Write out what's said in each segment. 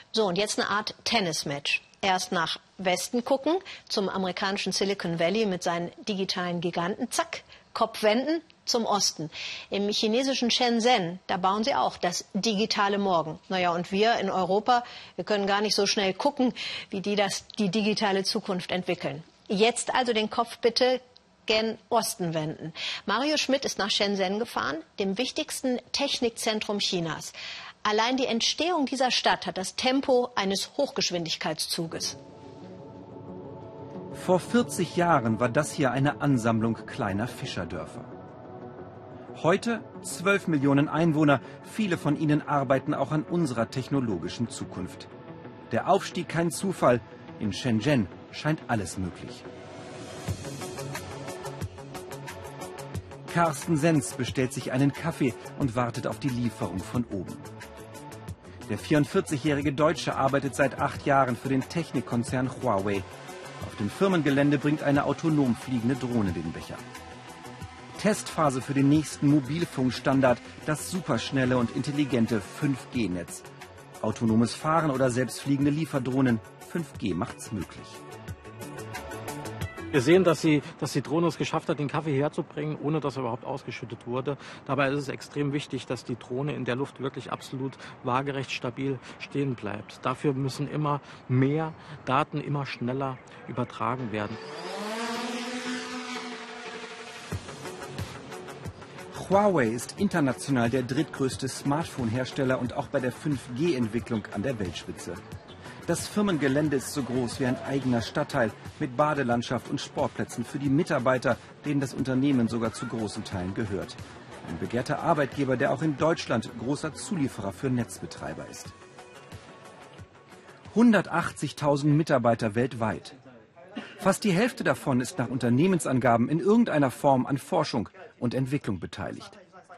So, und jetzt eine Art Tennismatch. Erst nach Westen gucken, zum amerikanischen Silicon Valley mit seinen digitalen Giganten, zack, Kopf wenden, zum Osten. Im chinesischen Shenzhen, da bauen sie auch das digitale Morgen. Naja, und wir in Europa, wir können gar nicht so schnell gucken, wie die digitale Zukunft entwickeln. Jetzt also den Kopf bitte gen Osten wenden. Mario Schmidt ist nach Shenzhen gefahren, dem wichtigsten Technikzentrum Chinas. Allein die Entstehung dieser Stadt hat das Tempo eines Hochgeschwindigkeitszuges. Vor 40 Jahren war das hier eine Ansammlung kleiner Fischerdörfer. Heute 12 Millionen Einwohner, viele von ihnen arbeiten auch an unserer technologischen Zukunft. Der Aufstieg kein Zufall, in Shenzhen scheint alles möglich. Carsten Senz bestellt sich einen Kaffee und wartet auf die Lieferung von oben. Der 44-jährige Deutsche arbeitet seit 8 Jahren für den Technikkonzern Huawei. Auf dem Firmengelände bringt eine autonom fliegende Drohne den Becher. Testphase für den nächsten Mobilfunkstandard, das superschnelle und intelligente 5G-Netz. Autonomes Fahren oder selbstfliegende Lieferdrohnen, 5G macht's möglich. Wir sehen, dass die Drohne es geschafft hat, den Kaffee herzubringen, ohne dass er überhaupt ausgeschüttet wurde. Dabei ist es extrem wichtig, dass die Drohne in der Luft wirklich absolut waagerecht stabil stehen bleibt. Dafür müssen immer mehr Daten immer schneller übertragen werden. Huawei ist international der drittgrößte Smartphone-Hersteller und auch bei der 5G-Entwicklung an der Weltspitze. Das Firmengelände ist so groß wie ein eigener Stadtteil mit Badelandschaft und Sportplätzen für die Mitarbeiter, denen das Unternehmen sogar zu großen Teilen gehört. Ein begehrter Arbeitgeber, der auch in Deutschland großer Zulieferer für Netzbetreiber ist. 180.000 Mitarbeiter weltweit. Fast die Hälfte davon ist nach Unternehmensangaben in irgendeiner Form an Forschung und Entwicklung beteiligt.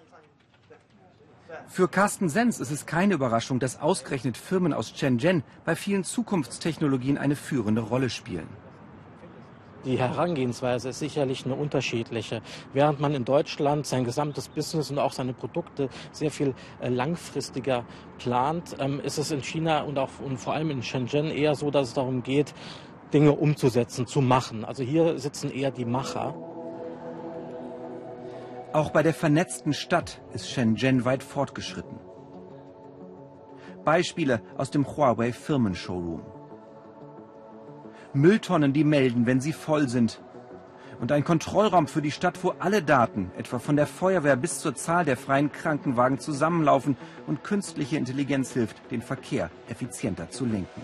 Für Carsten Senz ist es keine Überraschung, dass ausgerechnet Firmen aus Shenzhen bei vielen Zukunftstechnologien eine führende Rolle spielen. Die Herangehensweise ist sicherlich eine unterschiedliche. Während man in Deutschland sein gesamtes Business und auch seine Produkte sehr viel langfristiger plant, ist es in China und vor allem in Shenzhen eher so, dass es darum geht, Dinge umzusetzen, zu machen. Also hier sitzen eher die Macher. Auch bei der vernetzten Stadt ist Shenzhen weit fortgeschritten. Beispiele aus dem Huawei Firmenshowroom. Mülltonnen, die melden, wenn sie voll sind. Und ein Kontrollraum für die Stadt, wo alle Daten, etwa von der Feuerwehr bis zur Zahl der freien Krankenwagen, zusammenlaufen und künstliche Intelligenz hilft, den Verkehr effizienter zu lenken.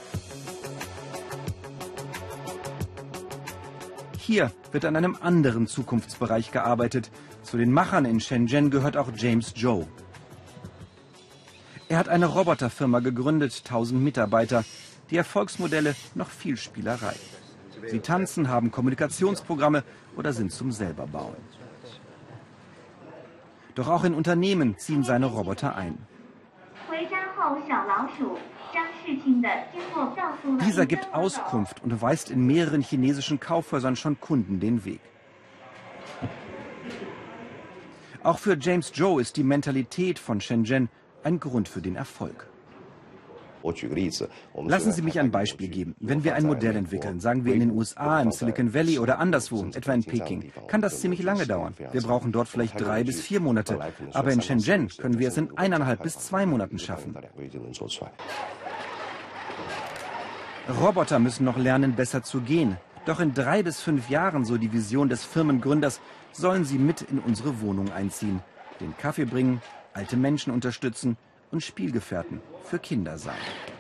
Hier wird an einem anderen Zukunftsbereich gearbeitet. Zu den Machern in Shenzhen gehört auch James Zhou. Er hat eine Roboterfirma gegründet, 1000 Mitarbeiter. Die Erfolgsmodelle noch viel Spielerei. Sie tanzen, haben Kommunikationsprogramme oder sind zum Selberbauen. Doch auch in Unternehmen ziehen seine Roboter ein. Dieser gibt Auskunft und weist in mehreren chinesischen Kaufhäusern schon Kunden den Weg. Auch für James Zhou ist die Mentalität von Shenzhen ein Grund für den Erfolg. Lassen Sie mich ein Beispiel geben. Wenn wir ein Modell entwickeln, sagen wir in den USA, im Silicon Valley oder anderswo, etwa in Peking, kann das ziemlich lange dauern. Wir brauchen dort vielleicht 3 bis 4 Monate. Aber in Shenzhen können wir es in 1,5 bis 2 Monaten schaffen. Roboter müssen noch lernen, besser zu gehen. Doch in 3 bis 5 Jahren, so die Vision des Firmengründers, sollen sie mit in unsere Wohnung einziehen, den Kaffee bringen, alte Menschen unterstützen und Spielgefährten für Kinder sein.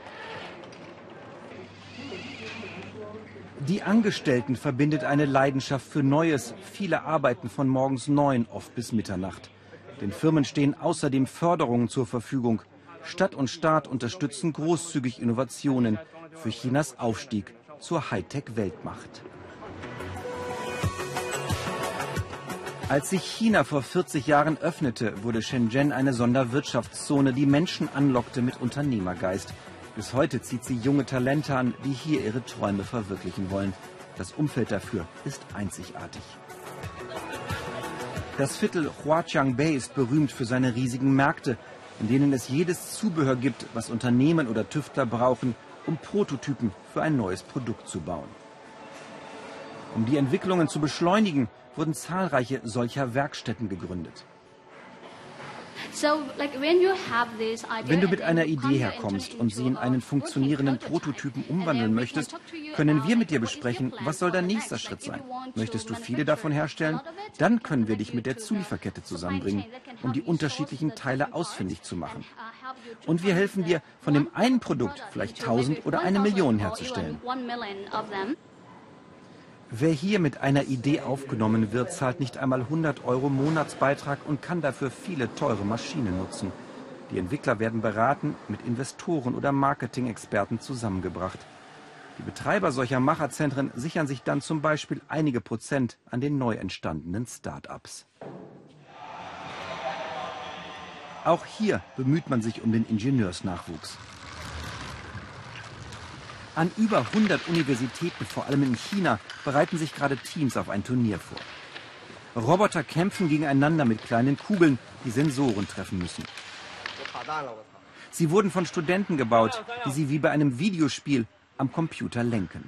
Die Angestellten verbindet eine Leidenschaft für Neues. Viele arbeiten von morgens 9, oft bis Mitternacht. Den Firmen stehen außerdem Förderungen zur Verfügung. Stadt und Staat unterstützen großzügig Innovationen für Chinas Aufstieg zur Hightech-Weltmacht. Als sich China vor 40 Jahren öffnete, wurde Shenzhen eine Sonderwirtschaftszone, die Menschen anlockte mit Unternehmergeist. Bis heute zieht sie junge Talente an, die hier ihre Träume verwirklichen wollen. Das Umfeld dafür ist einzigartig. Das Viertel Huaqiangbei ist berühmt für seine riesigen Märkte. in denen es jedes Zubehör gibt, was Unternehmen oder Tüftler brauchen, um Prototypen für ein neues Produkt zu bauen. Um die Entwicklungen zu beschleunigen, wurden zahlreiche solcher Werkstätten gegründet. Wenn du mit einer Idee herkommst und sie in einen funktionierenden Prototypen umwandeln möchtest, können wir mit dir besprechen, was soll dein nächster Schritt sein. Möchtest du viele davon herstellen? Dann können wir dich mit der Zulieferkette zusammenbringen, um die unterschiedlichen Teile ausfindig zu machen. Und wir helfen dir, von dem einen Produkt vielleicht 1000 oder 1 Million herzustellen. Wer hier mit einer Idee aufgenommen wird, zahlt nicht einmal 100 € Monatsbeitrag und kann dafür viele teure Maschinen nutzen. Die Entwickler werden beraten, mit Investoren oder Marketing-Experten zusammengebracht. Die Betreiber solcher Macherzentren sichern sich dann zum Beispiel einige Prozent an den neu entstandenen Start-ups. Auch hier bemüht man sich um den Ingenieursnachwuchs. An über 100 Universitäten, vor allem in China, bereiten sich gerade Teams auf ein Turnier vor. Roboter kämpfen gegeneinander mit kleinen Kugeln, die Sensoren treffen müssen. Sie wurden von Studenten gebaut, die sie wie bei einem Videospiel am Computer lenken.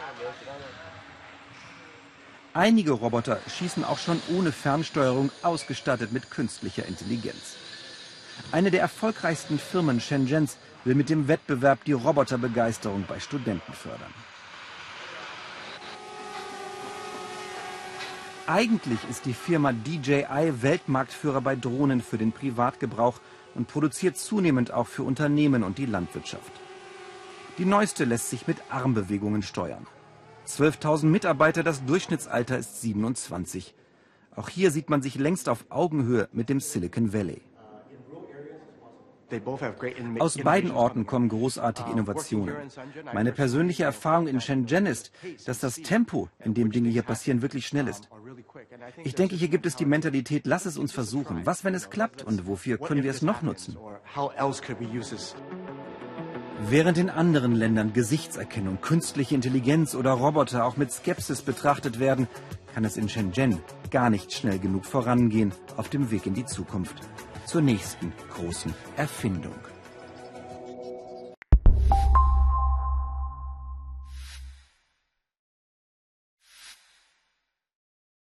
Einige Roboter schießen auch schon ohne Fernsteuerung, ausgestattet mit künstlicher Intelligenz. Eine der erfolgreichsten Firmen Shenzhens will mit dem Wettbewerb die Roboterbegeisterung bei Studenten fördern. Eigentlich ist die Firma DJI Weltmarktführer bei Drohnen für den Privatgebrauch und produziert zunehmend auch für Unternehmen und die Landwirtschaft. Die neueste lässt sich mit Armbewegungen steuern. 12.000 Mitarbeiter, das Durchschnittsalter ist 27. Auch hier sieht man sich längst auf Augenhöhe mit dem Silicon Valley. Aus beiden Orten kommen großartige Innovationen. Meine persönliche Erfahrung in Shenzhen ist, dass das Tempo, in dem Dinge hier passieren, wirklich schnell ist. Ich denke, hier gibt es die Mentalität, lass es uns versuchen. Was, wenn es klappt und wofür können wir es noch nutzen? Während in anderen Ländern Gesichtserkennung, künstliche Intelligenz oder Roboter auch mit Skepsis betrachtet werden, kann es in Shenzhen gar nicht schnell genug vorangehen auf dem Weg in die Zukunft. Zur nächsten großen Erfindung.